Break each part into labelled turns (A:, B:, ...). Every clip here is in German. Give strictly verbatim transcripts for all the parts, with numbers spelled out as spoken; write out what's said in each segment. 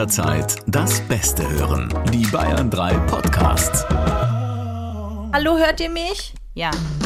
A: jederzeit das Beste hören. Die Bayern drei Podcasts.
B: Hallo, hört ihr mich?
C: Ja.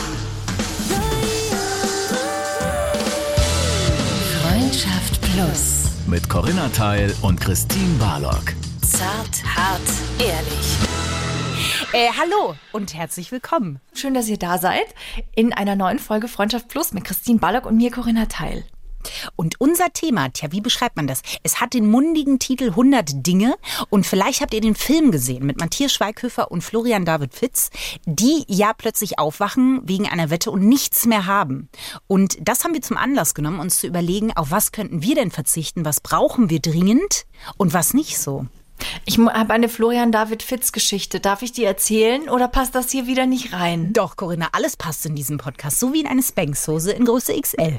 D: Freundschaft Plus.
A: Mit Corinna Teil und Christine Barlock.
D: Zart, hart, ehrlich.
C: Äh, hallo und herzlich willkommen.
B: Schön, dass ihr da seid in einer neuen Folge Freundschaft Plus mit Christine Barlock und mir, Corinna Teil.
C: Und unser Thema, tja, wie beschreibt man das? Es hat den mundigen Titel hundert Dinge und vielleicht habt ihr den Film gesehen mit Matthias Schweighöfer und Florian David Fitz, die ja plötzlich aufwachen wegen einer Wette und nichts mehr haben. Und das haben wir zum Anlass genommen, uns zu überlegen, auf was könnten wir denn verzichten, was brauchen wir dringend und was nicht so.
B: Ich habe eine Florian David Fitz Geschichte. Darf ich die erzählen oder passt das hier wieder nicht rein?
C: Doch, Corinna, alles passt in diesem Podcast, so wie in eine Spanx-Hose in Größe X L.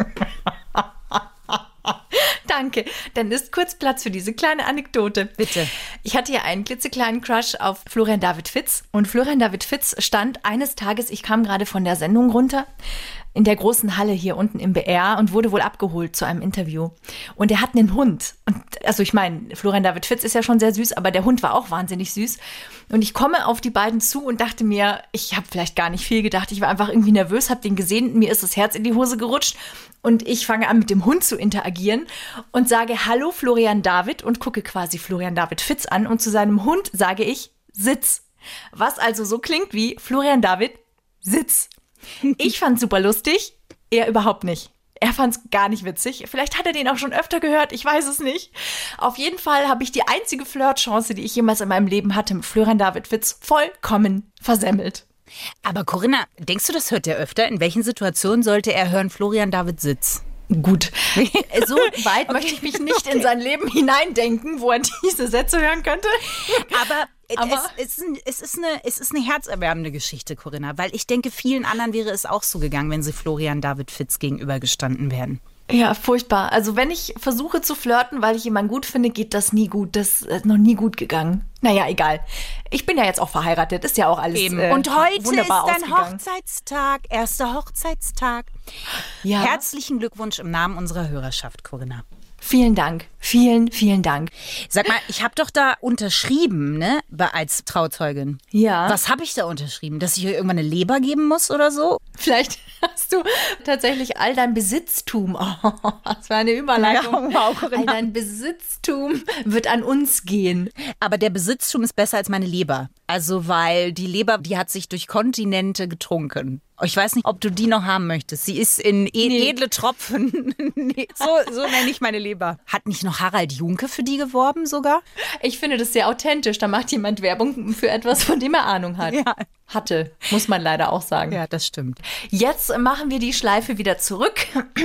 B: Danke, dann ist kurz Platz für diese kleine Anekdote.
C: Bitte.
B: Ich hatte ja einen klitzekleinen Crush auf Florian David Fitz und Florian David Fitz stand eines Tages, ich kam gerade von der Sendung runter, in der großen Halle hier unten im B R und wurde wohl abgeholt zu einem Interview. Und er hat einen Hund. Und also ich meine, Florian David Fitz ist ja schon sehr süß, aber der Hund war auch wahnsinnig süß. Und ich komme auf die beiden zu und dachte mir, ich habe vielleicht gar nicht viel gedacht. Ich war einfach irgendwie nervös, habe den gesehen, mir ist das Herz in die Hose gerutscht. Und ich fange an, mit dem Hund zu interagieren und sage, hallo Florian David und gucke quasi Florian David Fitz an. Und zu seinem Hund sage ich, Sitz. Was also so klingt wie Florian David, Sitz. Ich fand's super lustig, er überhaupt nicht. Er fand's gar nicht witzig. Vielleicht hat er den auch schon öfter gehört, ich weiß es nicht. Auf jeden Fall habe ich die einzige Flirtchance, die ich jemals in meinem Leben hatte, mit Florian David Fitz vollkommen versemmelt.
C: Aber Corinna, denkst du, das hört er öfter? In welchen Situationen sollte er hören, Florian David Sitz?
B: Gut, so weit okay. möchte ich mich nicht okay. in sein Leben hineindenken, wo er diese Sätze hören könnte.
C: Aber,
B: Aber
C: es, es, ist ein, es, ist eine, es ist eine herzerwärmende Geschichte, Corinna, weil ich denke, vielen anderen wäre es auch so gegangen, wenn sie Florian David Fitz gegenübergestanden wären.
B: Ja, furchtbar. Also wenn ich versuche zu flirten, weil ich jemanden gut finde, geht das nie gut. Das ist noch nie gut gegangen. Naja, egal. Ich bin ja jetzt auch verheiratet. Ist ja auch alles
C: Eben.
B: Äh,
C: Und heute
B: wunderbar
C: ist dein Hochzeitstag. Erster Hochzeitstag.
B: Ja.
C: Herzlichen Glückwunsch im Namen unserer Hörerschaft, Corinna.
B: Vielen Dank. Vielen, vielen Dank.
C: Sag mal, ich habe doch da unterschrieben, ne, als Trauzeugin.
B: Ja.
C: Was habe ich da unterschrieben? Dass ich euch irgendwann eine Leber geben muss oder so?
B: Vielleicht hast du tatsächlich all dein Besitztum. Oh, das war eine Überleitung.
C: Ja, wow,
B: all dein Besitztum wird an uns gehen.
C: Aber der Besitztum ist besser als meine Leber. Also, weil die Leber, die hat sich durch Kontinente getrunken. Ich weiß nicht, ob du die noch haben möchtest. Sie ist in ed- nee. edle Tropfen. nee, so, so nenne ich meine Leber. Hat nicht noch Harald Junke für die geworben sogar?
B: Ich finde das sehr authentisch. Da macht jemand Werbung für etwas, von dem er Ahnung hat.
C: Ja.
B: Hatte, muss man leider auch sagen.
C: Ja, das stimmt.
B: Jetzt machen wir die Schleife wieder zurück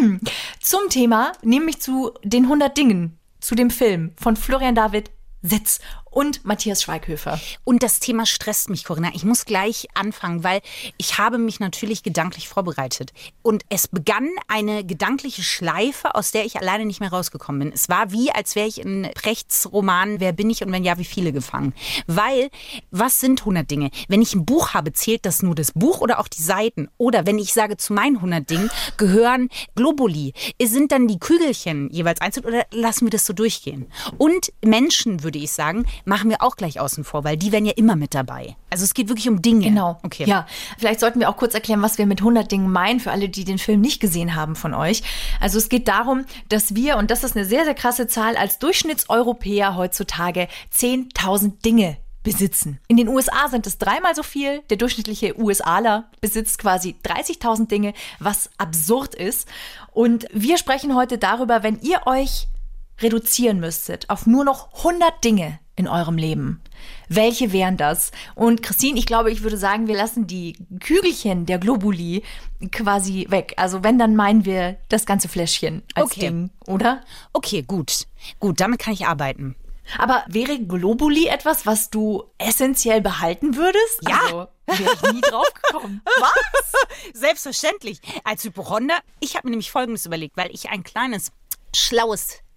B: zum Thema, nämlich zu den hundert Dingen, zu dem Film von Florian David Sitz und Matthias Schweighöfer.
C: Und das Thema stresst mich, Corinna. Ich muss gleich anfangen, weil ich habe mich natürlich gedanklich vorbereitet. Und es begann eine gedankliche Schleife, aus der ich alleine nicht mehr rausgekommen bin. Es war wie, als wäre ich in Prechts Roman Wer bin ich und wenn ja, wie viele gefangen. Weil, was sind hundert Dinge? Wenn ich ein Buch habe, zählt das nur das Buch oder auch die Seiten? Oder wenn ich sage, zu meinen hundert Dingen gehören Globuli. Sind dann die Kügelchen jeweils einzeln oder lassen wir das so durchgehen? Und Menschen, würde ich sagen, machen wir auch gleich außen vor, weil die wären ja immer mit dabei. Also es geht wirklich um Dinge.
B: Genau.
C: Okay.
B: Ja, vielleicht sollten wir auch kurz erklären, was wir mit hundert Dingen meinen, für alle, die den Film nicht gesehen haben von euch. Also es geht darum, dass wir, und das ist eine sehr, sehr krasse Zahl, als Durchschnittseuropäer heutzutage zehntausend Dinge besitzen. In den U S A sind es dreimal so viel. Der durchschnittliche USAler besitzt quasi dreißigtausend Dinge, was absurd ist. Und wir sprechen heute darüber, wenn ihr euch reduzieren müsstet auf nur noch hundert Dinge in eurem Leben. Welche wären das? Und Christine, ich glaube, ich würde sagen, wir lassen die Kügelchen der Globuli quasi weg. Also wenn, dann meinen wir das ganze Fläschchen als
C: okay.
B: Ding, oder?
C: Okay, gut. Gut, damit kann ich arbeiten.
B: Aber wäre Globuli etwas, was du essentiell behalten würdest?
C: Ja.
B: Also, wäre ich nie drauf gekommen.
C: Was? Selbstverständlich. Als Hypochonder, ich habe mir nämlich Folgendes überlegt, weil ich ein kleines, schlaues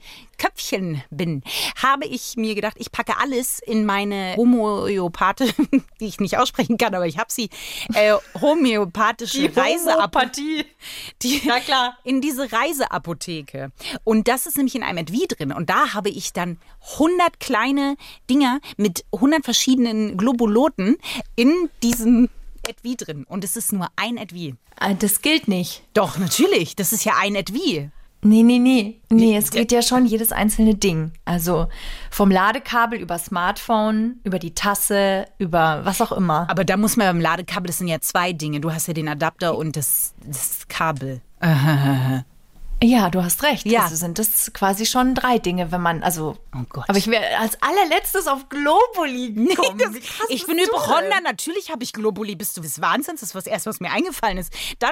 C: Köpfchen bin, habe ich mir gedacht, ich packe alles in meine Homöopathe, die ich nicht aussprechen kann, aber ich habe sie, äh, homöopathische Reiseapotheke. Die,
B: ja, klar.
C: In diese Reiseapotheke. Und das ist nämlich in einem Etui drin. Und da habe ich dann hundert kleine Dinger mit hundert verschiedenen Globuloten in diesem Etui drin. Und es ist nur ein Etui.
B: Das gilt nicht.
C: Doch, natürlich. Das ist ja ein Etui.
B: Nee, nee, nee. Nee, es geht ja schon jedes einzelne Ding. Also vom Ladekabel über Smartphone, über die Tasse, über was auch immer.
C: Aber da muss man beim Ladekabel, das sind ja zwei Dinge. Du hast ja den Adapter und das, das Kabel.
B: Ja, du hast recht.
C: Ja.
B: Also sind das quasi schon drei Dinge, wenn man, also.
C: Oh Gott.
B: Aber ich wäre als allerletztes auf Globuli gekommen.
C: Nee, das, ich bin Hypochonder, natürlich habe ich Globuli. Bist du des Wahnsinns? Das war das Erste, was mir eingefallen ist. Dann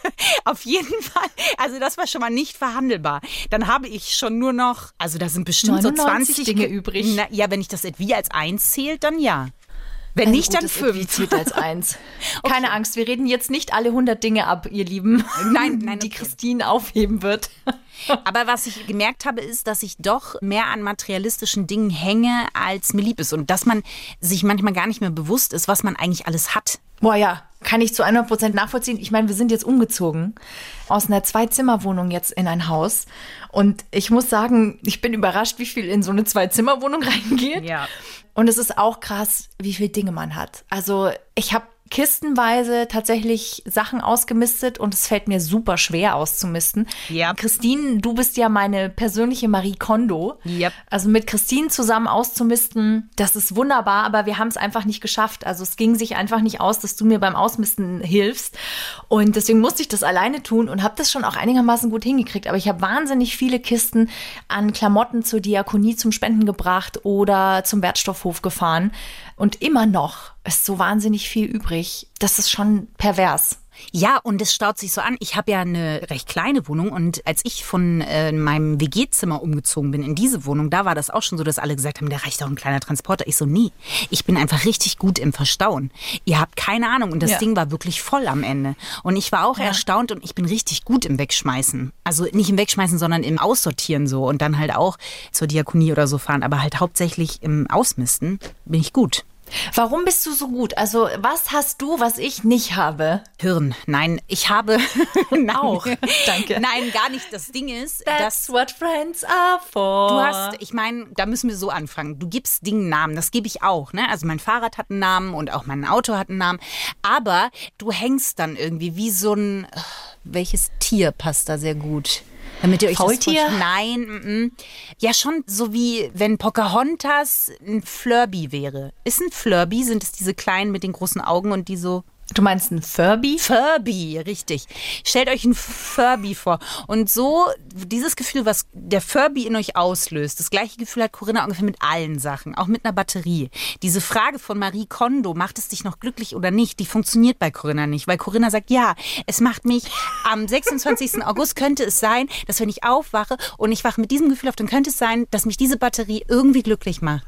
C: auf jeden Fall, also das war schon mal nicht verhandelbar. Dann habe ich schon nur noch, also da sind bestimmt so zwanzig
B: Dinge übrig.
C: Na, ja, wenn ich das Etui als eins zählt, dann ja. Wenn nicht, dann fünf.
B: Zählt als eins. Okay. Keine Angst, wir reden jetzt nicht alle hundert Dinge ab, ihr Lieben.
C: Nein, nein.
B: Die
C: okay.
B: Christine aufheben wird.
C: Aber was ich gemerkt habe, ist, dass ich doch mehr an materialistischen Dingen hänge, als mir lieb ist. Und dass man sich manchmal gar nicht mehr bewusst ist, was man eigentlich alles hat.
B: Boah, ja, kann ich zu hundert Prozent nachvollziehen. Ich meine, wir sind jetzt umgezogen aus einer Zwei-Zimmer-Wohnung jetzt in ein Haus. Und ich muss sagen, ich bin überrascht, wie viel in so eine Zwei-Zimmer-Wohnung reingeht.
C: Ja.
B: Und es ist auch krass, wie viele Dinge man hat. Also ich habe kistenweise tatsächlich Sachen ausgemistet und es fällt mir super schwer auszumisten.
C: Ja.
B: Christine, du bist ja meine persönliche Marie Kondo.
C: Yep.
B: Also mit Christine zusammen auszumisten, das ist wunderbar, aber wir haben es einfach nicht geschafft. Also es ging sich einfach nicht aus, dass du mir beim Ausmisten hilfst. Und deswegen musste ich das alleine tun und habe das schon auch einigermaßen gut hingekriegt. Aber ich habe wahnsinnig viele Kisten an Klamotten zur Diakonie zum Spenden gebracht oder zum Wertstoffhof gefahren. Und immer noch ist so wahnsinnig viel übrig. Das ist schon pervers.
C: Ja, und es staut sich so an. Ich habe ja eine recht kleine Wohnung und als ich von äh, meinem W G-Zimmer umgezogen bin in diese Wohnung, da war das auch schon so, dass alle gesagt haben, da reicht auch ein kleiner Transporter. Ich so, nee, ich bin einfach richtig gut im Verstauen. Ihr habt keine Ahnung und das
B: Ja.
C: Ding war wirklich voll am Ende. Und ich war auch
B: Ja.
C: erstaunt und ich bin richtig gut im Wegschmeißen. Also nicht im Wegschmeißen, sondern im Aussortieren so und dann halt auch zur Diakonie oder so fahren. Aber halt hauptsächlich im Ausmisten bin ich gut.
B: Warum bist du so gut? Also was hast du, was ich nicht habe?
C: Hirn. Nein, ich habe... Nein.
B: Auch. Danke.
C: Nein, gar nicht. Das Ding ist,
B: That's
C: dass...
B: what friends are for.
C: Du hast, ich meine, da müssen wir so anfangen. Du gibst Dingen Namen, das gebe ich auch. Ne? Also mein Fahrrad hat einen Namen und auch mein Auto hat einen Namen. Aber du hängst dann irgendwie wie so ein... Welches Tier passt da sehr gut? Damit ihr euch
B: Faultier?
C: Das vorstellt. Nein, m -m. Ja schon so wie wenn Pocahontas ein Flurby wäre. Ist ein Flurby, sind es diese kleinen mit den großen Augen und die so...
B: Du meinst ein Furby?
C: Furby, richtig. Stellt euch ein Furby vor. Und so, dieses Gefühl, was der Furby in euch auslöst, das gleiche Gefühl hat Corinna ungefähr mit allen Sachen, auch mit einer Batterie. Diese Frage von Marie Kondo, macht es dich noch glücklich oder nicht, die funktioniert bei Corinna nicht. Weil Corinna sagt, ja, es macht mich, am sechsundzwanzigsten August könnte es sein, dass wenn ich aufwache und ich wache mit diesem Gefühl auf, dann könnte es sein, dass mich diese Batterie irgendwie glücklich macht.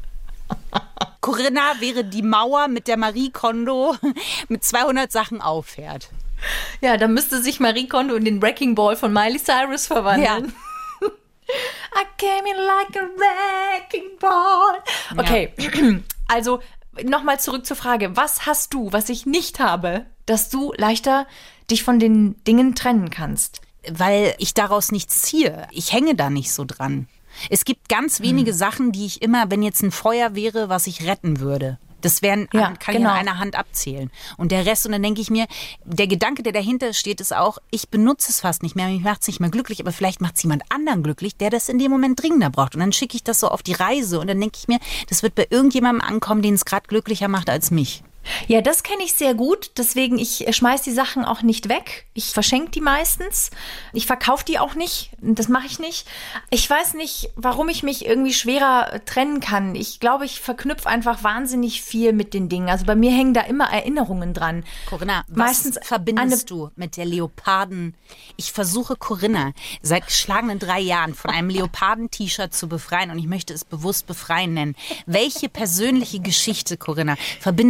C: Corinna wäre die Mauer, mit der Marie Kondo mit zweihundert Sachen auffährt.
B: Ja, da müsste sich Marie Kondo in den Wrecking Ball von Miley Cyrus verwandeln.
C: Ja.
B: I came in like a wrecking ball. Okay, ja. Also nochmal zurück zur Frage. Was hast du, was ich nicht habe, dass du leichter dich von den Dingen trennen kannst?
C: Weil ich daraus nichts ziehe. Ich hänge da nicht so dran. Es gibt ganz wenige hm. Sachen, die ich immer, wenn jetzt ein Feuer wäre, was ich retten würde. Das wären,
B: ja,
C: kann
B: genau.
C: ich an einer Hand abzählen. Und der Rest, und dann denke ich mir, der Gedanke, der dahinter steht, ist auch, ich benutze es fast nicht mehr, mich macht es nicht mehr glücklich, aber vielleicht macht es jemand anderen glücklich, der das in dem Moment dringender braucht. Und dann schicke ich das so auf die Reise und dann denke ich mir, das wird bei irgendjemandem ankommen, den es gerade glücklicher macht als mich.
B: Ja, das kenne ich sehr gut. Deswegen, ich schmeiß die Sachen auch nicht weg. Ich verschenke die meistens. Ich verkaufe die auch nicht. Das mache ich nicht. Ich weiß nicht, warum ich mich irgendwie schwerer trennen kann. Ich glaube, ich verknüpfe einfach wahnsinnig viel mit den Dingen. Also bei mir hängen da immer Erinnerungen dran.
C: Corinna, was
B: meistens
C: verbindest du mit der Leoparden? Ich versuche Corinna seit geschlagenen drei Jahren von einem Leoparden-T-Shirt zu befreien und ich möchte es bewusst befreien nennen. Welche persönliche Geschichte, Corinna, verbindest du mit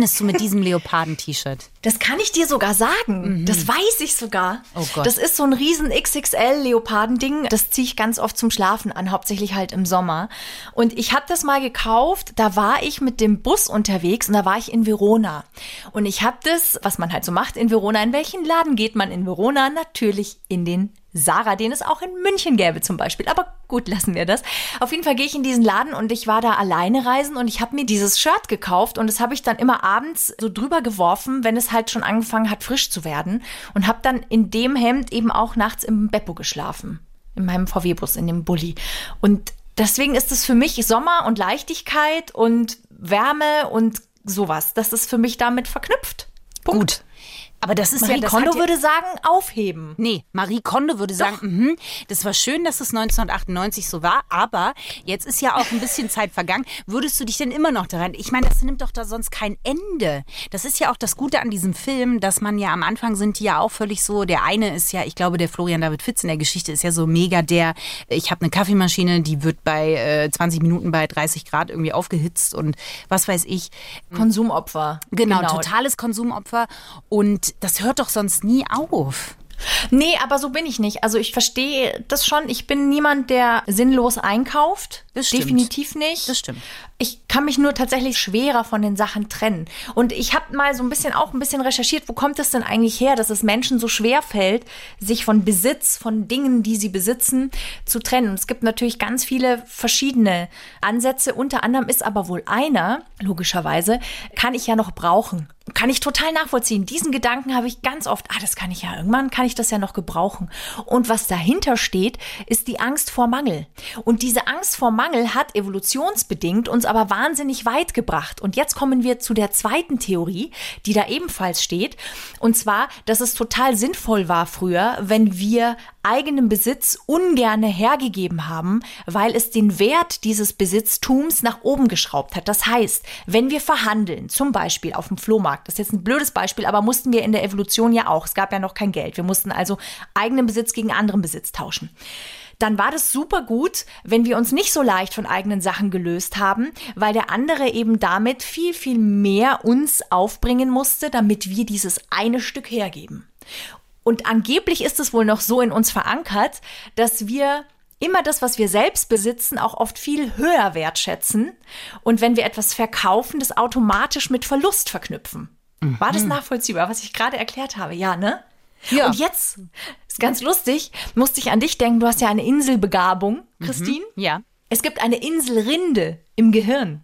C: diesem Leoparden-T-Shirt?
B: Das kann ich dir sogar sagen. Mhm. Das weiß ich sogar.
C: Oh Gott.
B: Das ist so ein riesen X X L-Leopardending. Das ziehe ich ganz oft zum Schlafen an, hauptsächlich halt im Sommer. Und ich habe das mal gekauft. Da war ich mit dem Bus unterwegs und da war ich in Verona. Und ich habe das, was man halt so macht in Verona. In welchen Laden geht man in Verona? Natürlich in den Zara, den es auch in München gäbe zum Beispiel. Aber gut, lassen wir das. Auf jeden Fall gehe ich in diesen Laden und ich war da alleine reisen und ich habe mir dieses Shirt gekauft und das habe ich dann immer abends so drüber geworfen, wenn es halt schon angefangen hat, frisch zu werden. Und habe dann in dem Hemd eben auch nachts im Beppo geschlafen. In meinem V W-Bus, in dem Bulli. Und deswegen ist es für mich Sommer und Leichtigkeit und Wärme und sowas. Das ist für mich damit verknüpft. Punkt.
C: Gut. Aber das ist
B: Marie
C: ja, das
B: Kondo
C: hat ja,
B: würde sagen, aufheben.
C: Nee, Marie Kondo würde sagen, mh, das war schön, dass es neunzehnhundertachtundneunzig so war, aber jetzt ist ja auch ein bisschen Zeit vergangen. Würdest du dich denn immer noch daran... Ich meine, das nimmt doch da sonst kein Ende. Das ist ja auch das Gute an diesem Film, dass man ja am Anfang sind die ja auch völlig so... Der eine ist ja, ich glaube, der Florian David Fitz in der Geschichte ist ja so mega der... Ich habe eine Kaffeemaschine, die wird bei äh, zwanzig Minuten bei dreißig Grad irgendwie aufgehitzt und was weiß ich.
B: Konsumopfer.
C: Genau, genau. Totales Konsumopfer. Und das hört doch sonst nie auf.
B: Nee, aber so bin ich nicht. Also ich verstehe das schon. Ich bin niemand, der sinnlos einkauft.
C: Das stimmt.
B: Definitiv nicht.
C: Das stimmt.
B: Ich kann mich nur tatsächlich schwerer von den Sachen trennen. Und ich habe mal so ein bisschen auch ein bisschen recherchiert, wo kommt es denn eigentlich her, dass es Menschen so schwer fällt, sich von Besitz, von Dingen, die sie besitzen, zu trennen. Und es gibt natürlich ganz viele verschiedene Ansätze. Unter anderem ist aber wohl einer, logischerweise, kann ich ja noch brauchen. Kann ich total nachvollziehen. Diesen Gedanken habe ich ganz oft, ah, das kann ich ja, irgendwann kann ich das ja noch gebrauchen. Und was dahinter steht, ist die Angst vor Mangel. Und diese Angst vor Mangel hat evolutionsbedingt uns aber wahnsinnig weit gebracht. Und jetzt kommen wir zu der zweiten Theorie, die da ebenfalls steht. Und zwar, dass es total sinnvoll war früher, wenn wir eigenen Besitz ungerne hergegeben haben, weil es den Wert dieses Besitztums nach oben geschraubt hat. Das heißt, wenn wir verhandeln, zum Beispiel auf dem Flohmarkt, das ist jetzt ein blödes Beispiel, aber mussten wir in der Evolution ja auch. Es gab ja noch kein Geld. Wir mussten also eigenen Besitz gegen anderen Besitz tauschen. Dann war das super gut, wenn wir uns nicht so leicht von eigenen Sachen gelöst haben, weil der andere eben damit viel, viel mehr uns aufbringen musste, damit wir dieses eine Stück hergeben. Und angeblich ist es wohl noch so in uns verankert, dass wir immer das, was wir selbst besitzen, auch oft viel höher wertschätzen. Und wenn wir etwas verkaufen, das automatisch mit Verlust verknüpfen. Mhm. War das nachvollziehbar, was ich gerade erklärt habe? Ja, ne? Ja. Und jetzt, ist ganz lustig, musste ich an dich denken, du hast ja eine Inselbegabung, Christine.
C: Mhm. Ja.
B: Es gibt eine Inselrinde im Gehirn.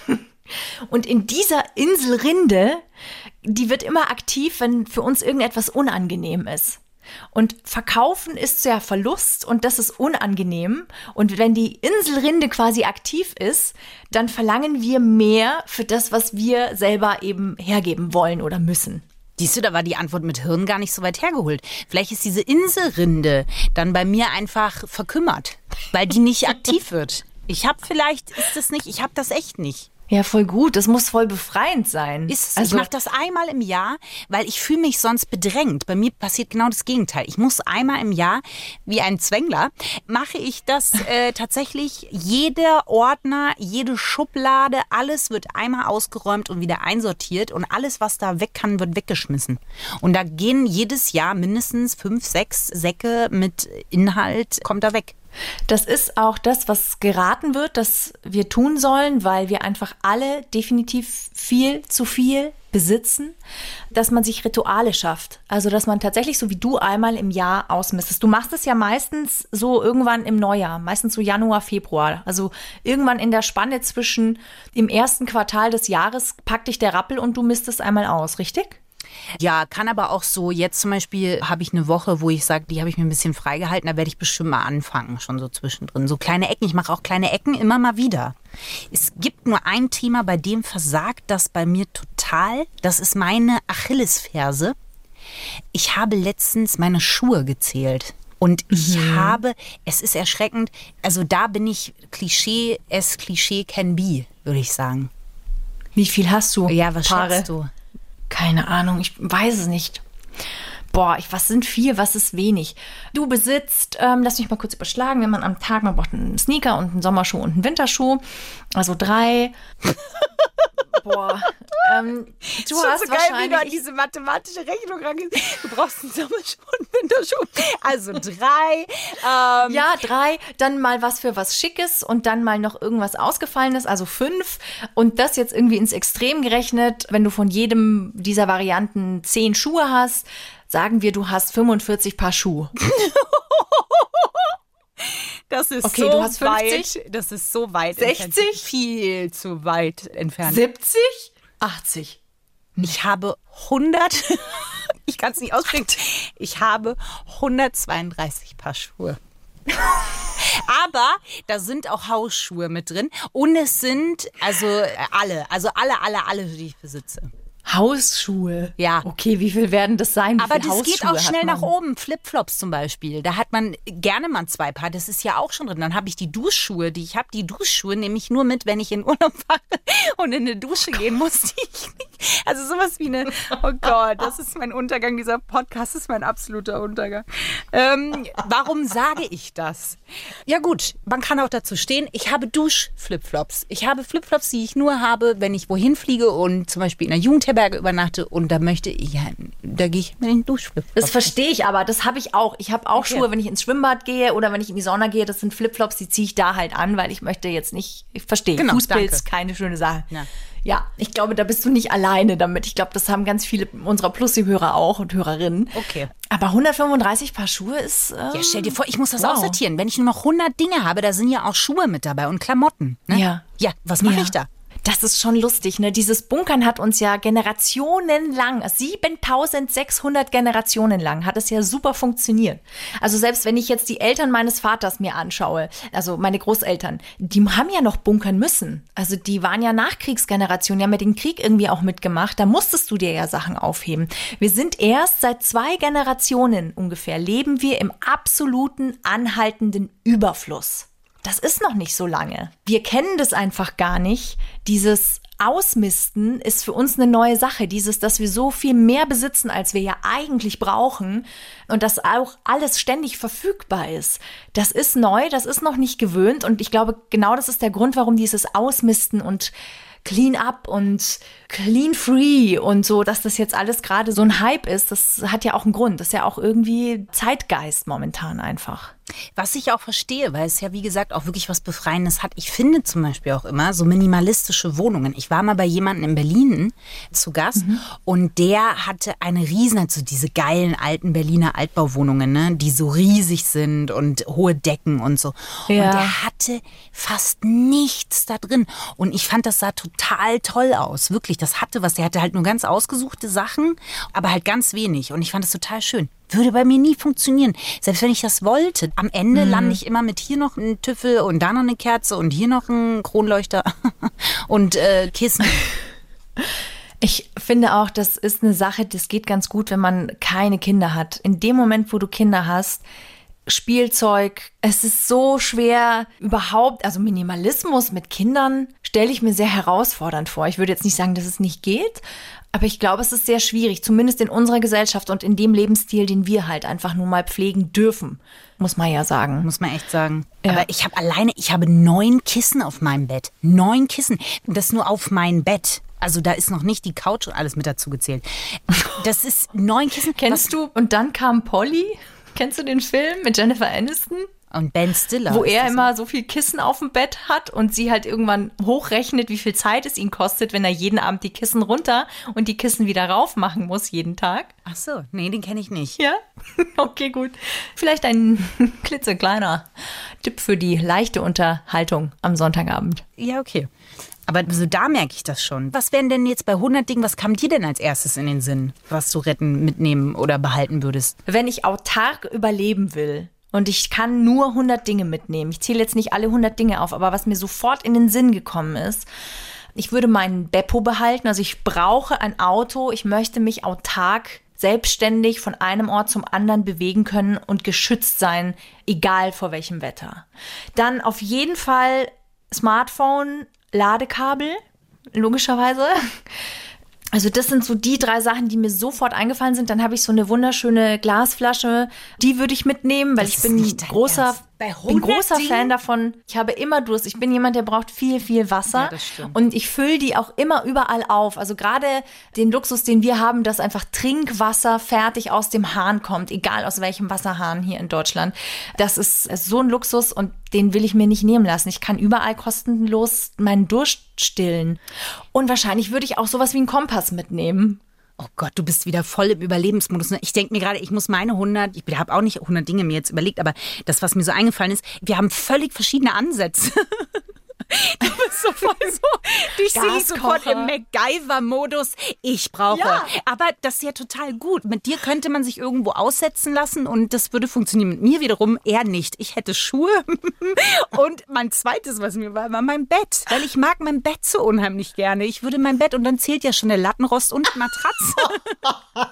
B: Und in dieser Inselrinde, die wird immer aktiv, wenn für uns irgendetwas unangenehm ist. Und verkaufen ist ja Verlust und das ist unangenehm. Und wenn die Inselrinde quasi aktiv ist, dann verlangen wir mehr für das, was wir selber eben hergeben wollen oder müssen.
C: Siehst du, da war die Antwort mit Hirn gar nicht so weit hergeholt. Vielleicht ist diese Inselrinde dann bei mir einfach verkümmert, weil die nicht aktiv wird. Ich habe vielleicht, ist das nicht, ich habe das echt nicht.
B: Ja, voll gut. Das muss voll befreiend sein.
C: Ist es,
B: also,
C: ich mache das einmal im Jahr, weil ich fühle mich sonst bedrängt. Bei mir passiert genau das Gegenteil. Ich muss einmal im Jahr, wie ein Zwängler, mache ich das äh, tatsächlich. Jeder Ordner, jede Schublade, alles wird einmal ausgeräumt und wieder einsortiert. Und alles, was da weg kann, wird weggeschmissen. Und da gehen jedes Jahr mindestens fünf, sechs Säcke mit Inhalt, kommt da weg.
B: Das ist auch das, was geraten wird, dass wir tun sollen, weil wir einfach alle definitiv viel zu viel besitzen, dass man sich Rituale schafft. Also, dass man tatsächlich so wie du einmal im Jahr ausmistest. Du machst es ja meistens so irgendwann im Neujahr, meistens so Januar, Februar. Also irgendwann in der Spanne zwischen im ersten Quartal des Jahres packt dich der Rappel und du mistest einmal aus, richtig?
C: Ja, kann aber auch so, jetzt zum Beispiel habe ich eine Woche, wo ich sage, die habe ich mir ein bisschen freigehalten, da werde ich bestimmt mal anfangen, schon so zwischendrin. So kleine Ecken, ich mache auch kleine Ecken immer mal wieder. Es gibt nur ein Thema, bei dem versagt das bei mir total. Das ist meine Achillesferse. Ich habe letztens meine Schuhe gezählt. Und ich mhm. habe, es ist erschreckend, also da bin ich Klischee as Klischee can be, würde ich sagen.
B: Wie viel hast du?
C: Ja, was
B: Paare?
C: schätzt du?
B: Keine Ahnung, ich weiß es nicht. Boah, ich, was sind viel, was ist wenig? Du besitzt, ähm, lass mich mal kurz überschlagen, wenn man am Tag, man braucht einen Sneaker und einen Sommerschuh und einen Winterschuh, also drei. Boah, ähm, du
C: Schon
B: hast
C: so geil, wie du an
B: wahrscheinlich...
C: diese mathematische Rechnung rangehst. Du brauchst einen Sommerschuh und Winterschuh. Also drei. Ähm,
B: Ja, drei, dann mal was für was Schickes und dann mal noch irgendwas Ausgefallenes, also fünf. Und das jetzt irgendwie ins Extrem gerechnet, wenn du von jedem dieser Varianten zehn Schuhe hast, sagen wir, du hast fünfundvierzig Paar Schuhe.
C: Das ist
B: Okay,
C: so
B: du hast fünfzig?
C: weit. Das ist so weit
B: sechzig?
C: entfernt. Viel zu weit entfernt.
B: siebzig? achtzig.
C: Ich habe hundert. Ich kann es nicht aussprechen. Ich habe hundertzweiunddreißig Paar Schuhe. Aber da sind auch Hausschuhe mit drin. Und es sind also alle, also alle, alle, alle, die ich besitze.
B: Hausschuhe.
C: Ja.
B: Okay, wie viel werden das sein? Wie
C: Aber
B: viel
C: das geht
B: Hausschuhe
C: auch schnell
B: hat man?
C: nach oben. Flipflops zum Beispiel. Da hat man gerne mal zwei Paar. Das ist ja auch schon drin. Dann habe ich die Duschschuhe, die ich habe. Die Duschschuhe nehme ich nur mit, wenn ich in Urlaub fahre und in eine Dusche gehen muss. Die ich nicht. Also sowas wie eine, oh Gott, das ist mein Untergang. Dieser Podcast ist mein absoluter Untergang. Ähm, warum sage ich das? Ja gut, man kann auch dazu stehen, ich habe Duschflipflops. Ich habe Flipflops, die ich nur habe, wenn ich wohin fliege und zum Beispiel in einer Jugendherberge übernachte und da möchte ich, ja, da gehe ich mit den Duschflipflops.
B: Das verstehe ich aber, das habe ich auch. Ich habe auch
C: Okay.
B: Schuhe, wenn ich ins Schwimmbad gehe oder wenn ich in die Sauna gehe, das sind Flipflops, die ziehe ich da halt an, weil ich möchte jetzt nicht, ich verstehe,
C: Genau,
B: Fußpilz,
C: danke.
B: keine schöne Sache.
C: Ja.
B: Ja, ich glaube, da bist du nicht alleine damit. Ich glaube, das haben ganz viele unserer Plus-Hörer auch und Hörerinnen.
C: Okay.
B: Aber hundertfünfunddreißig Paar Schuhe ist... Ähm,
C: Ja, stell dir vor, ich muss das
B: wow.
C: aussortieren. Wenn ich nur noch hundert Dinge habe, da sind ja auch Schuhe mit dabei und Klamotten. Ne?
B: Ja.
C: Ja, was mache
B: Ja.
C: ich da?
B: Das ist schon lustig, ne? Dieses Bunkern hat uns ja generationenlang, siebentausendsechshundert Generationen lang, hat es ja super funktioniert. Also selbst wenn ich jetzt die Eltern meines Vaters mir anschaue, also meine Großeltern, die haben ja noch bunkern müssen. Also die waren ja Nachkriegsgeneration, die haben ja den Krieg irgendwie auch mitgemacht. Da musstest du dir ja Sachen aufheben. Wir sind erst seit zwei Generationen ungefähr, leben wir im absoluten, anhaltenden Überfluss. Das ist noch nicht so lange. Wir kennen das einfach gar nicht. Dieses Ausmisten ist für uns eine neue Sache. Dieses, dass wir so viel mehr besitzen, als wir ja eigentlich brauchen und dass auch alles ständig verfügbar ist. Das ist neu, das ist noch nicht gewöhnt und ich glaube, genau das ist der Grund, warum dieses Ausmisten und Clean up und clean free und so, dass das jetzt alles gerade so ein Hype ist, das hat ja auch einen Grund. Das ist ja auch irgendwie Zeitgeist momentan einfach.
C: Was ich auch verstehe, weil es ja wie gesagt auch wirklich was Befreiendes hat. Ich finde zum Beispiel auch immer so minimalistische Wohnungen. Ich war mal bei jemandem in Berlin zu Gast mhm. und der hatte eine riesen, also diese geilen alten Berliner Altbauwohnungen, ne, die so riesig sind und hohe Decken und so.
B: Ja.
C: Und der hatte fast nichts da drin. Und ich fand, das sah total toll aus. Wirklich, das hatte was. Der hatte halt nur ganz ausgesuchte Sachen, aber halt ganz wenig. Und ich fand das total schön. Würde bei mir nie funktionieren. Selbst wenn ich das wollte. Am Ende mhm. lande ich immer mit hier noch ein Tüffel und da noch eine Kerze und hier noch ein Kronleuchter und äh, Kissen.
B: Ich finde auch, das ist eine Sache, das geht ganz gut, wenn man keine Kinder hat. In dem Moment, wo du Kinder hast, Spielzeug, es ist so schwer überhaupt, also Minimalismus mit Kindern stelle ich mir sehr herausfordernd vor. Ich würde jetzt nicht sagen, dass es nicht geht, aber ich glaube, es ist sehr schwierig, zumindest in unserer Gesellschaft und in dem Lebensstil, den wir halt einfach nur mal pflegen dürfen, muss man ja sagen.
C: Muss man echt sagen.
B: Ja.
C: Aber ich habe alleine, ich habe neun Kissen auf meinem Bett. Neun Kissen. Und das nur auf mein Bett. Also da ist noch nicht die Couch und alles mit dazu gezählt. Das ist neun Kissen.
B: Kennst
C: Was,
B: du, und dann kam Polly? Kennst du den Film mit Jennifer Aniston?
C: Und Ben Stiller.
B: Wo
C: ist
B: er
C: das
B: immer so viel Kissen auf dem Bett hat und sie halt irgendwann hochrechnet, wie viel Zeit es ihn kostet, wenn er jeden Abend die Kissen runter und die Kissen wieder rauf machen muss, jeden Tag.
C: Ach so, nee, den kenne ich nicht.
B: Ja? Okay, gut. Vielleicht ein klitzekleiner Tipp für die leichte Unterhaltung am Sonntagabend.
C: Ja, okay. Aber so da merke ich das schon. Was wären denn jetzt bei hundert Dingen, was kam dir denn als erstes in den Sinn, was du retten, mitnehmen oder behalten würdest?
B: Wenn ich autark überleben will und ich kann nur hundert Dinge mitnehmen, ich zähle jetzt nicht alle hundert Dinge auf, aber was mir sofort in den Sinn gekommen ist, ich würde meinen Beppo behalten, also ich brauche ein Auto, ich möchte mich autark selbstständig von einem Ort zum anderen bewegen können und geschützt sein, egal vor welchem Wetter. Dann auf jeden Fall Smartphone, Ladekabel, logischerweise. Also das sind so die drei Sachen, die mir sofort eingefallen sind. Dann habe ich so eine wunderschöne Glasflasche, die würde ich mitnehmen, weil
C: Das
B: ich
C: ist
B: bin
C: nicht
B: ein
C: dein
B: großer...
C: Ernst. Bei
B: Ich bin großer
C: Dingen?
B: Fan davon. Ich habe immer Durst. Ich bin jemand, der braucht viel, viel Wasser.
C: Ja, das stimmt.
B: Und ich fülle die auch immer überall auf. Also gerade den Luxus, den wir haben, dass einfach Trinkwasser fertig aus dem Hahn kommt, egal aus welchem Wasserhahn hier in Deutschland. Das ist so ein Luxus und den will ich mir nicht nehmen lassen. Ich kann überall kostenlos meinen Durst stillen. Und wahrscheinlich würde ich auch sowas wie einen Kompass mitnehmen.
C: Oh Gott, du bist wieder voll im Überlebensmodus. Ich denke mir gerade, ich muss meine hundert, ich habe auch nicht hundert Dinge mir jetzt überlegt, aber das, was mir so eingefallen ist, wir haben völlig verschiedene Ansätze. Du bist so voll so, ich sehe dich sofort im MacGyver-Modus. Ich brauche.
B: Ja.
C: Aber das ist ja total gut. Mit dir könnte man sich irgendwo aussetzen lassen und das würde funktionieren. Mit mir wiederum eher nicht. Ich hätte Schuhe und mein zweites, was mir war, war mein Bett. Weil ich mag mein Bett so unheimlich gerne. Ich würde mein Bett und dann zählt ja schon der Lattenrost und die Matratze.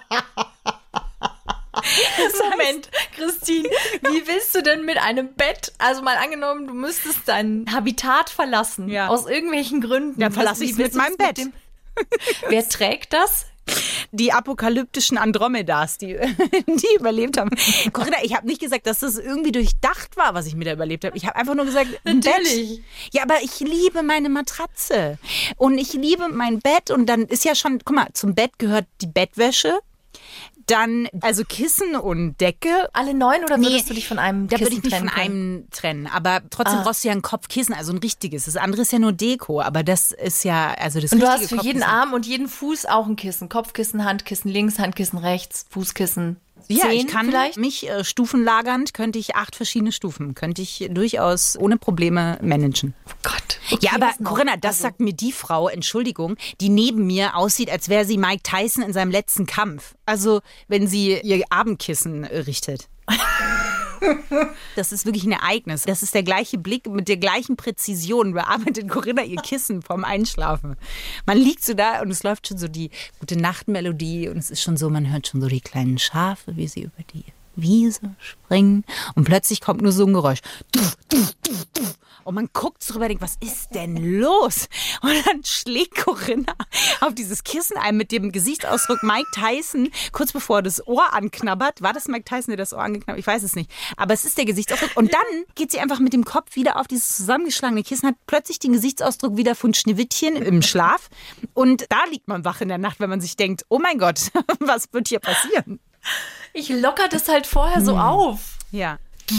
B: Moment, Christine, wie willst du denn mit einem Bett, also mal angenommen, du müsstest dein Habitat verlassen,
C: Ja.
B: aus irgendwelchen Gründen.
C: Dann verlasse
B: Was-
C: ich es
B: wie
C: mit
B: willst
C: meinem
B: du's
C: Bett.
B: dem- Wer trägt das?
C: Die apokalyptischen Andromedas, die, die überlebt haben. Corinna, ich habe nicht gesagt, dass das irgendwie durchdacht war, was ich mit der überlebt habe. Ich habe einfach nur gesagt, ein
B: Natürlich.
C: Bett. Ja, aber ich liebe meine Matratze. Und ich liebe mein Bett. Und dann ist ja schon, guck mal, zum Bett gehört die Bettwäsche. Dann, also Kissen und Decke.
B: Alle neun oder
C: Nee,
B: würdest du dich von einem
C: Da
B: Kissen
C: würde ich mich
B: trennen
C: von
B: können?
C: einem trennen. Aber trotzdem
B: Ah.
C: brauchst du ja ein Kopfkissen, also ein richtiges. Das andere ist ja nur Deko. Aber das ist ja, also das
B: Und du
C: richtige
B: hast für jeden
C: Kopfkissen.
B: Arm und jeden Fuß auch ein Kissen. Kopfkissen, Handkissen links, Handkissen rechts, Fußkissen.
C: Ja,
B: Zehn
C: ich kann
B: vielleicht?
C: mich äh, stufenlagernd, könnte ich acht verschiedene Stufen, könnte ich durchaus ohne Probleme managen.
B: Oh Gott. Okay,
C: Ja, aber
B: was noch?
C: Corinna, das
B: Also,
C: sagt mir die Frau, Entschuldigung, die neben mir aussieht, als wäre sie Mike Tyson in seinem letzten Kampf. Also, wenn sie ihr Abendkissen äh, richtet. Das ist wirklich ein Ereignis. Das ist der gleiche Blick mit der gleichen Präzision. Bearbeitet Corinna ihr Kissen vorm Einschlafen. Man liegt so da und es läuft schon so die gute Nachtmelodie und es ist schon so, man hört schon so die kleinen Schafe, wie sie über die Wiese springen und plötzlich kommt nur so ein Geräusch. Und man guckt so rüber und denkt, was ist denn los? Und dann schlägt Corinna auf dieses Kissen ein mit dem Gesichtsausdruck Mike Tyson, kurz bevor er das Ohr anknabbert. War das Mike Tyson, der das Ohr angeknabbert? Ich weiß es nicht. Aber es ist der Gesichtsausdruck. Und dann geht sie einfach mit dem Kopf wieder auf dieses zusammengeschlagene Kissen, hat plötzlich den Gesichtsausdruck wieder von Schneewittchen im Schlaf. Und da liegt man wach in der Nacht, wenn man sich denkt, oh mein Gott, was wird hier passieren?
B: ich locker das halt vorher
C: Hm.
B: so auf.
C: Ja.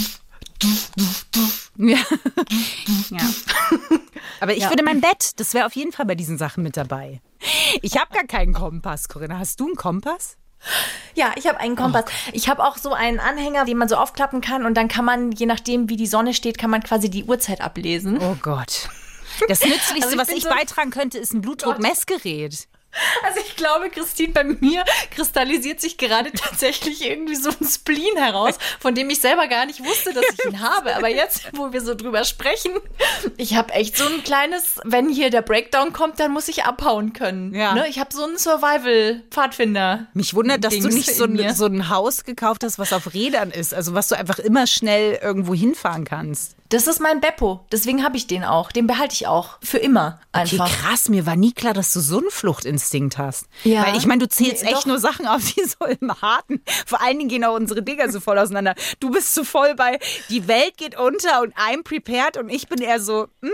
C: Ja. ja. Aber ich
B: Ja.
C: würde mein Bett, das wäre auf jeden Fall bei diesen Sachen mit dabei. Ich habe gar keinen Kompass, Corinna. Hast du einen Kompass?
B: Ja, ich habe einen Kompass. Ich habe auch so einen Anhänger, den man so aufklappen kann und dann kann man, je nachdem wie die Sonne steht, kann man quasi die Uhrzeit ablesen.
C: Oh Gott. Das Nützlichste,
B: Also ich
C: was
B: bin
C: ich
B: so-
C: beitragen könnte, ist ein Blutdruckmessgerät.
B: Also ich glaube, Christine, bei mir kristallisiert sich gerade tatsächlich irgendwie so ein Spleen heraus, von dem ich selber gar nicht wusste, dass ich ihn habe. Aber jetzt, wo wir so drüber sprechen, ich habe echt so ein kleines, wenn hier der Breakdown kommt, dann muss ich abhauen können.
C: Ja.
B: Ne? Ich habe so einen Survival-Pfadfinder.
C: Mich wundert, dass du
B: Dings
C: nicht so
B: in mir.
C: ein, so ein Haus gekauft hast, was auf Rädern ist. Also was du einfach immer schnell irgendwo hinfahren kannst.
B: Das ist mein Beppo, deswegen habe ich den auch. Den behalte ich auch. Für immer einfach.
C: Okay, krass, mir war nie klar, dass du so einen Fluchtinstinkt hast.
B: Ja.
C: Weil ich meine, du zählst
B: Nee,
C: echt
B: doch.
C: nur Sachen auf, die so im Harten. Vor allen Dingen gehen auch unsere Dinger so voll auseinander. Du bist so voll bei, die Welt geht unter und I'm prepared und ich bin eher so, mm,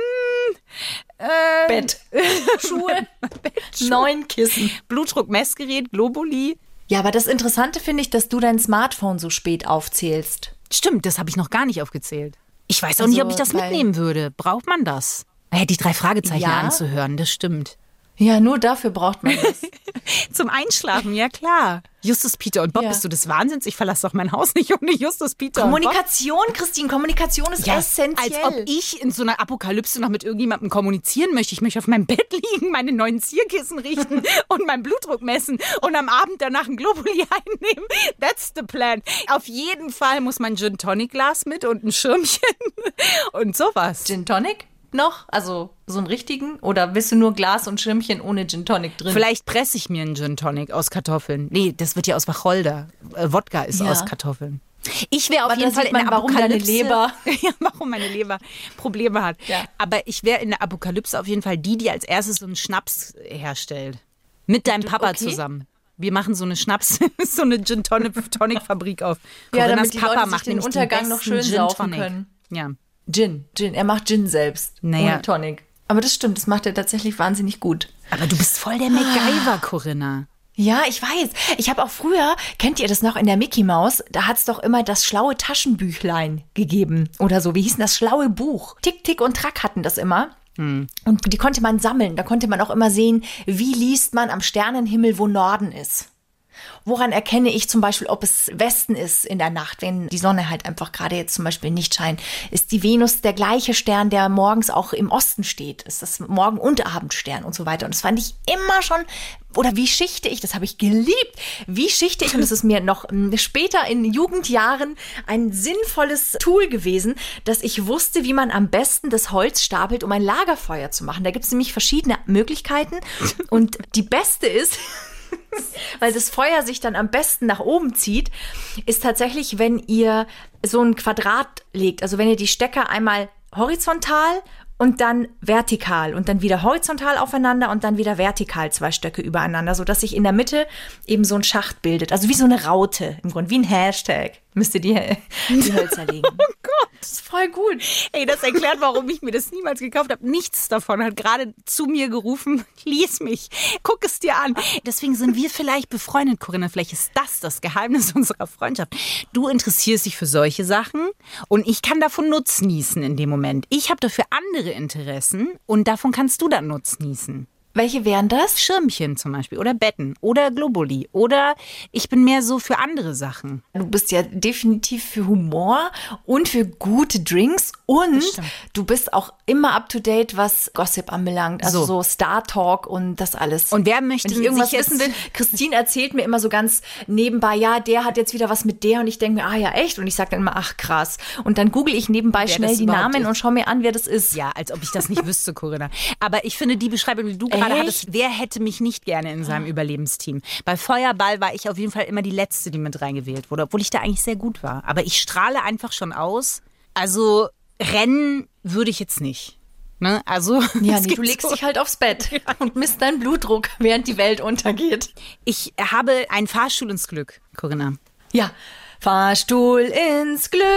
C: äh,
B: Bett. Schuhe. Neun Kissen.
C: Blutdruckmessgerät, Globuli.
B: Ja, aber das Interessante finde ich, dass du dein Smartphone so spät aufzählst.
C: Stimmt, das habe ich noch gar nicht aufgezählt. Ich weiß auch
B: Also,
C: nicht, ob ich das
B: weil-
C: mitnehmen würde. Braucht man das? Naja, die drei Fragezeichen
B: Ja.
C: anzuhören, das stimmt.
B: Ja, nur dafür braucht man das.
C: Zum Einschlafen, ja klar. Justus, Peter und Bob,
B: Ja.
C: bist du des Wahnsinns? Ich verlasse doch mein Haus nicht ohne Justus, Peter und Bob.
B: Kommunikation, Christine, Kommunikation ist
C: Ja,
B: essentiell.
C: als ob ich in so einer Apokalypse noch mit irgendjemandem kommunizieren möchte. Ich möchte auf meinem Bett liegen, meine neuen Zierkissen richten und meinen Blutdruck messen und am Abend danach ein Globuli einnehmen. That's the plan. Auf jeden Fall muss mein Gin Tonic Glas mit und ein Schirmchen und sowas.
B: Gin Tonic noch? Also so einen richtigen? Oder willst du nur Glas und Schirmchen ohne Gin Tonic drin?
C: Vielleicht presse ich mir einen Gin Tonic aus Kartoffeln. Nee, das wird ja aus Wacholder. Äh, Wodka ist
B: Ja.
C: aus Kartoffeln. Ich wäre auf
B: Aber
C: jeden
B: da
C: Fall
B: sieht
C: in der
B: man, warum deine
C: Apokalypse.
B: Leber-
C: ja, warum meine Leber Probleme hat.
B: Ja.
C: Aber ich wäre in der Apokalypse auf jeden Fall die, die als erstes so einen Schnaps herstellt. Mit deinem Papa
B: okay.
C: zusammen. Wir machen so eine Schnaps, so eine Gin Tonic Tonic Fabrik auf.
B: ja,
C: Corinnas
B: damit die
C: Papa
B: Leute sich
C: macht
B: den
C: nämlich
B: Untergang
C: den
B: noch
C: besten
B: schön
C: Gin
B: saufen
C: Tonic.
B: können.
C: Ja.
B: Gin. Gin. Er macht Gin selbst.
C: Naja.
B: Ohne Tonic. Aber das stimmt, das macht er tatsächlich wahnsinnig gut.
C: Aber du bist voll der MacGyver, Corinna.
B: Ja, ich weiß. Ich habe auch früher, kennt ihr das noch in der Mickey Maus, da hat's doch immer das schlaue Taschenbüchlein gegeben. Oder so, wie hieß denn das schlaue Buch? Tick, Tick und Track hatten das immer. Hm. Und die konnte man sammeln. Da konnte man auch immer sehen, wie liest man am Sternenhimmel, wo Norden ist. Woran erkenne ich zum Beispiel, ob es Westen ist in der Nacht, wenn die Sonne halt einfach gerade jetzt zum Beispiel nicht scheint? Ist die Venus der gleiche Stern, der morgens auch im Osten steht? Ist das Morgen- und Abendstern und so weiter? Und das fand ich immer schon, oder wie schichte ich, das habe ich geliebt, wie schichte ich, und das ist mir noch später in Jugendjahren ein sinnvolles Tool gewesen, dass ich wusste, wie man am besten das Holz stapelt, um ein Lagerfeuer zu machen. Da gibt es nämlich verschiedene Möglichkeiten und die beste ist... weil das Feuer sich dann am besten nach oben zieht, ist tatsächlich, wenn ihr so ein Quadrat legt. Also wenn ihr die Stecker einmal horizontal und dann vertikal und dann wieder horizontal aufeinander und dann wieder vertikal zwei Stöcke übereinander, sodass sich in der Mitte eben so ein Schacht bildet. Also wie so eine Raute im Grunde, wie ein Hashtag müsst ihr die, die Hölzer legen.
C: Oh Gott.
B: Das ist voll gut.
C: Ey, das erklärt, warum ich mir das niemals gekauft habe. Nichts davon hat gerade zu mir gerufen, lies mich, guck es dir an. Deswegen sind wir vielleicht befreundet, Corinna. Vielleicht ist das das Geheimnis unserer Freundschaft. Du interessierst dich für solche Sachen und ich kann davon nutznießen in dem Moment. Ich habe dafür andere Interessen und davon kannst du dann nutznießen.
B: Welche wären das?
C: Schirmchen zum Beispiel oder Betten oder Globuli oder ich bin mehr so für andere Sachen.
B: Du bist ja definitiv für Humor und für gute Drinks und du bist auch immer up to date, was Gossip anbelangt. Also so, so Star Talk und das alles.
C: Und wer möchte,
B: wenn ich irgendwas
C: sich
B: wissen will, Christine erzählt mir immer so ganz nebenbei, ja, der hat jetzt wieder was mit der und ich denke mir, ah ja, echt? Und ich sage dann immer, ach krass. Und dann google ich nebenbei wer schnell die Namen ist. Und schaue mir an, wer das ist.
C: Ja, als ob ich das nicht wüsste, Corinna. Aber ich finde die Beschreibung, die du gerade hattest, wer hätte mich nicht gerne in seinem Überlebensteam? Bei Feuerball war ich auf jeden Fall immer die Letzte, die mit reingewählt wurde, obwohl ich da eigentlich sehr gut war. Aber ich strahle einfach schon aus. Also Rennen würde ich jetzt nicht. Ne? Also,
B: ja, nee, du legst so. dich halt aufs Bett ja. und misst deinen Blutdruck, während die Welt untergeht.
C: Ich habe einen Fahrstuhl ins Glück, Corinna.
B: Ja, Fahrstuhl ins Glück.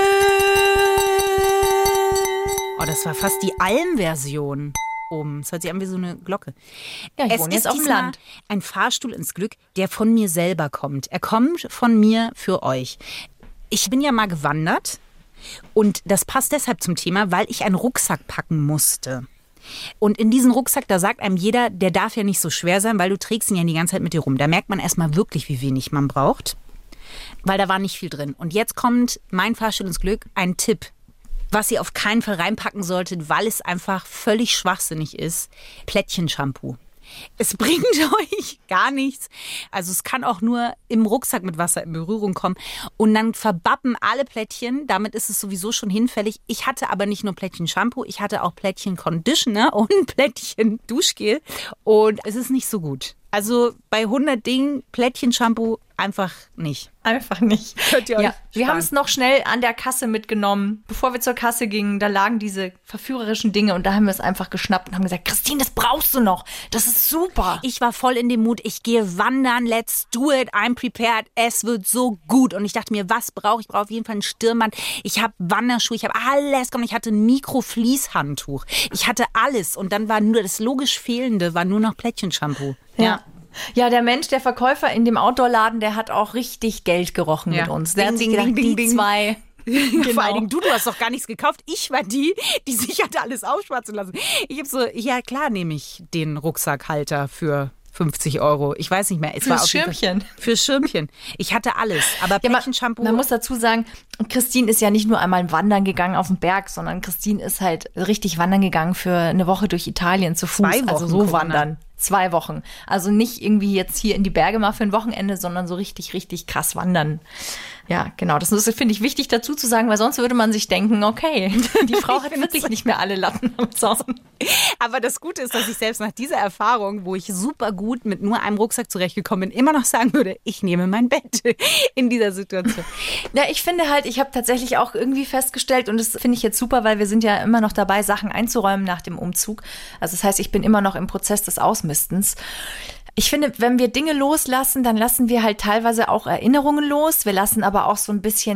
C: Oh, das war fast die Alm-Version. Oben. Das hört sich an wie so eine Glocke.
B: Ja, ich
C: es
B: wohne jetzt
C: ist
B: auf dem Land.
C: Ein Fahrstuhl ins Glück, der von mir selber kommt. Er kommt von mir für euch. Ich bin ja mal gewandert und das passt deshalb zum Thema, weil ich einen Rucksack packen musste. Und in diesen Rucksack, da sagt einem jeder, der darf ja nicht so schwer sein, weil du trägst ihn ja die ganze Zeit mit dir rum. Da merkt man erstmal wirklich, wie wenig man braucht, weil da war nicht viel drin. Und jetzt kommt mein Fahrstuhl ins Glück, ein Tipp, was ihr auf keinen Fall reinpacken solltet, weil es einfach völlig schwachsinnig ist. Plättchenshampoo. Es bringt euch gar nichts. Also es kann auch nur im Rucksack mit Wasser in Berührung kommen. Und dann verbappen alle Plättchen. Damit ist es sowieso schon hinfällig. Ich hatte aber nicht nur Plättchen-Shampoo, ich hatte auch Plättchen-Conditioner und Plättchen-Duschgel. Und es ist nicht so gut. Also bei hundert Dingen Plättchen-Shampoo einfach nicht.
B: Einfach nicht.
C: Könnt ihr euch
B: ja, wir haben es noch schnell an der Kasse mitgenommen. Bevor wir zur Kasse gingen, da lagen diese verführerischen Dinge und da haben wir es einfach geschnappt und haben gesagt, Christine, das brauchst du noch. Das ist super.
C: Ich war voll in dem Mut, ich gehe wandern, let's do it, I'm prepared, es wird so gut. Und ich dachte mir, was brauche ich? Ich brauche auf jeden Fall einen Stirnband. Ich habe Wanderschuhe, ich habe alles. Komm, ich hatte ein Mikrofließhandtuch. Ich hatte alles und dann war nur das logisch Fehlende, war nur noch Plättchenshampoo.
B: Ja. ja. Ja, der Mensch, der Verkäufer in dem Outdoor-Laden, der hat auch richtig Geld gerochen ja. mit uns. Der
C: ding,
B: hat sich
C: ding,
B: gedacht,
C: ding,
B: die
C: ding.
B: zwei.
C: Genau. Vor allen Dingen du, du hast doch gar nichts gekauft. Ich war die, die sich hatte alles aufschwatzen lassen. Ich habe so, ja klar nehme ich den Rucksackhalter für fünfzig Euro. Ich weiß nicht mehr. Es
B: Fürs
C: war auf
B: Schirmchen.
C: Fürs Schirmchen. Ich hatte alles. Aber
B: ja,
C: Plättchenshampoo.
B: Man muss dazu sagen, Christine ist ja nicht nur einmal wandern gegangen auf den Berg, sondern Christine ist halt richtig wandern gegangen für eine Woche durch Italien zu Fuß.
C: Zwei Wochen,
B: also so
C: Corona.
B: wandern. Zwei Wochen. Also nicht irgendwie jetzt hier in die Berge mal für ein Wochenende, sondern so richtig, richtig krass wandern. Ja, genau. Das finde ich wichtig dazu zu sagen, weil sonst würde man sich denken, okay, die Frau hat wirklich nicht mehr alle Latten am Zaun.
C: Aber das Gute ist, dass ich selbst nach dieser Erfahrung, wo ich super gut mit nur einem Rucksack zurechtgekommen bin, immer noch sagen würde, ich nehme mein Bett in dieser Situation.
B: Ja, ich finde halt, ich habe tatsächlich auch irgendwie festgestellt, und das finde ich jetzt super, weil wir sind ja immer noch dabei, Sachen einzuräumen nach dem Umzug. Also das heißt, ich bin immer noch im Prozess des Ausmistens. Ich finde, wenn wir Dinge loslassen, dann lassen wir halt teilweise auch Erinnerungen los. Wir lassen aber auch so ein bisschen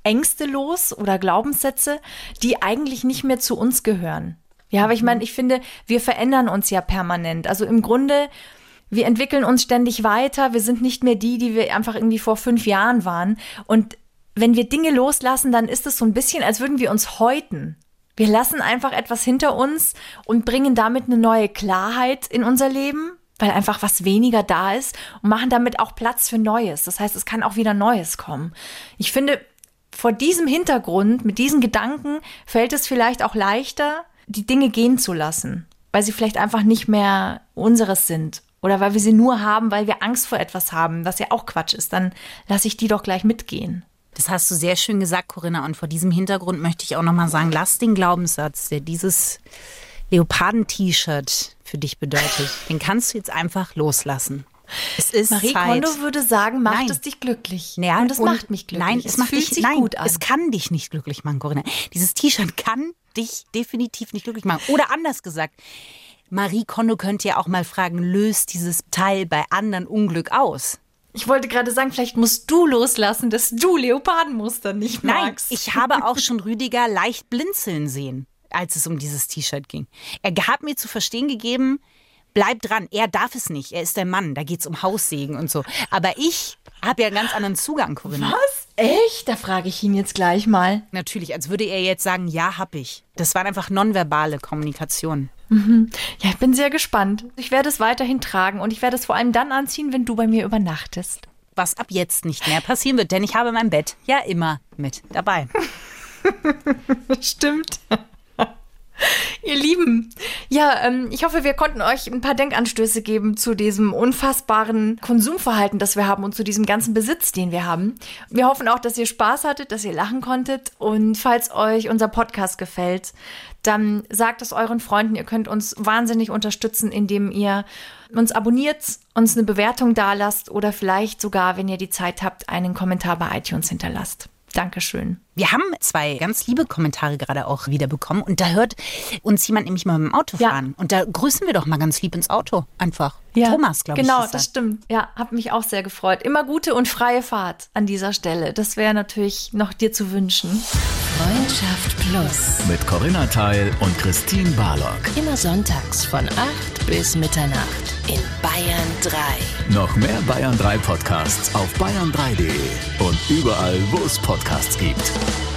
B: Ängste los oder Glaubenssätze, die eigentlich nicht mehr zu uns gehören. Ja, aber ich meine, ich finde, wir verändern uns ja permanent. Also im Grunde, wir entwickeln uns ständig weiter. Wir sind nicht mehr die, die wir einfach irgendwie vor fünf Jahren waren. Und wenn wir Dinge loslassen, dann ist es so ein bisschen, als würden wir uns häuten. Wir lassen einfach etwas hinter uns und bringen damit eine neue Klarheit in unser Leben, weil einfach was weniger da ist und machen damit auch Platz für Neues. Das heißt, es kann auch wieder Neues kommen. Ich finde, vor diesem Hintergrund, mit diesen Gedanken, fällt es vielleicht auch leichter, die Dinge gehen zu lassen, weil sie vielleicht einfach nicht mehr unseres sind oder weil wir sie nur haben, weil wir Angst vor etwas haben, was ja auch Quatsch ist. Dann lasse ich die doch gleich mitgehen.
C: Das hast du sehr schön gesagt, Corinna. Und vor diesem Hintergrund möchte ich auch nochmal sagen, lass den Glaubenssatz, der dieses Leoparden-T-Shirt für dich bedeutet, den kannst du jetzt einfach loslassen. Es ist
B: Marie
C: Zeit.
B: Kondo würde sagen, macht
C: Nein.
B: es dich glücklich.
C: Ja,
B: und es
C: und
B: macht mich glücklich.
C: Nein, es,
B: es
C: macht
B: fühlt
C: dich,
B: sich
C: nein,
B: gut an.
C: Es kann dich nicht glücklich machen, Corinna. Dieses T-Shirt kann dich definitiv nicht glücklich machen. Oder anders gesagt, Marie Kondo könnte ja auch mal fragen, löst dieses Teil bei anderen Unglück aus?
B: Ich wollte gerade sagen, vielleicht musst du loslassen, dass du Leopardenmuster nicht
C: Nein,
B: magst.
C: ich habe auch schon Rüdiger leicht blinzeln sehen, als es um dieses T-Shirt ging. Er hat mir zu verstehen gegeben, bleib dran, er darf es nicht, er ist der Mann, da geht es um Haussägen und so. Aber ich habe ja einen ganz anderen Zugang, Corinna.
B: Was? Echt? Da frage ich ihn jetzt gleich mal.
C: Natürlich, als würde er jetzt sagen, ja, hab ich. Das waren einfach nonverbale Kommunikation.
B: Mhm. Ja, ich bin sehr gespannt. Ich werde es weiterhin tragen und ich werde es vor allem dann anziehen, wenn du bei mir übernachtest.
C: Was ab jetzt nicht mehr passieren wird, denn ich habe mein Bett ja immer mit dabei.
B: Stimmt. Ihr Lieben, ja, ähm, ich hoffe, wir konnten euch ein paar Denkanstöße geben zu diesem unfassbaren Konsumverhalten, das wir haben und zu diesem ganzen Besitz, den wir haben. Wir hoffen auch, dass ihr Spaß hattet, dass ihr lachen konntet und falls euch unser Podcast gefällt, dann sagt es euren Freunden. Ihr könnt uns wahnsinnig unterstützen, indem ihr uns abonniert, uns eine Bewertung dalasst oder vielleicht sogar, wenn ihr die Zeit habt, einen Kommentar bei iTunes hinterlasst. Dankeschön.
C: Wir haben zwei ganz liebe Kommentare gerade auch wieder bekommen und da hört uns jemand nämlich mal mit dem Auto fahren. Ja. Und da grüßen wir doch mal ganz lieb ins Auto. Einfach.
B: Ja,
C: Thomas, glaube ich.
B: Genau, das stimmt. Ja, hab mich auch sehr gefreut. Immer gute und freie Fahrt an dieser Stelle. Das wäre natürlich noch dir zu wünschen.
D: Freundschaft Plus.
A: Mit Corinna Teil und Christine Barlock.
D: Immer sonntags von acht bis Mitternacht in Bayern drei.
A: Noch mehr Bayern drei Podcasts auf bayern drei punkt de und überall, wo es Podcasts gibt.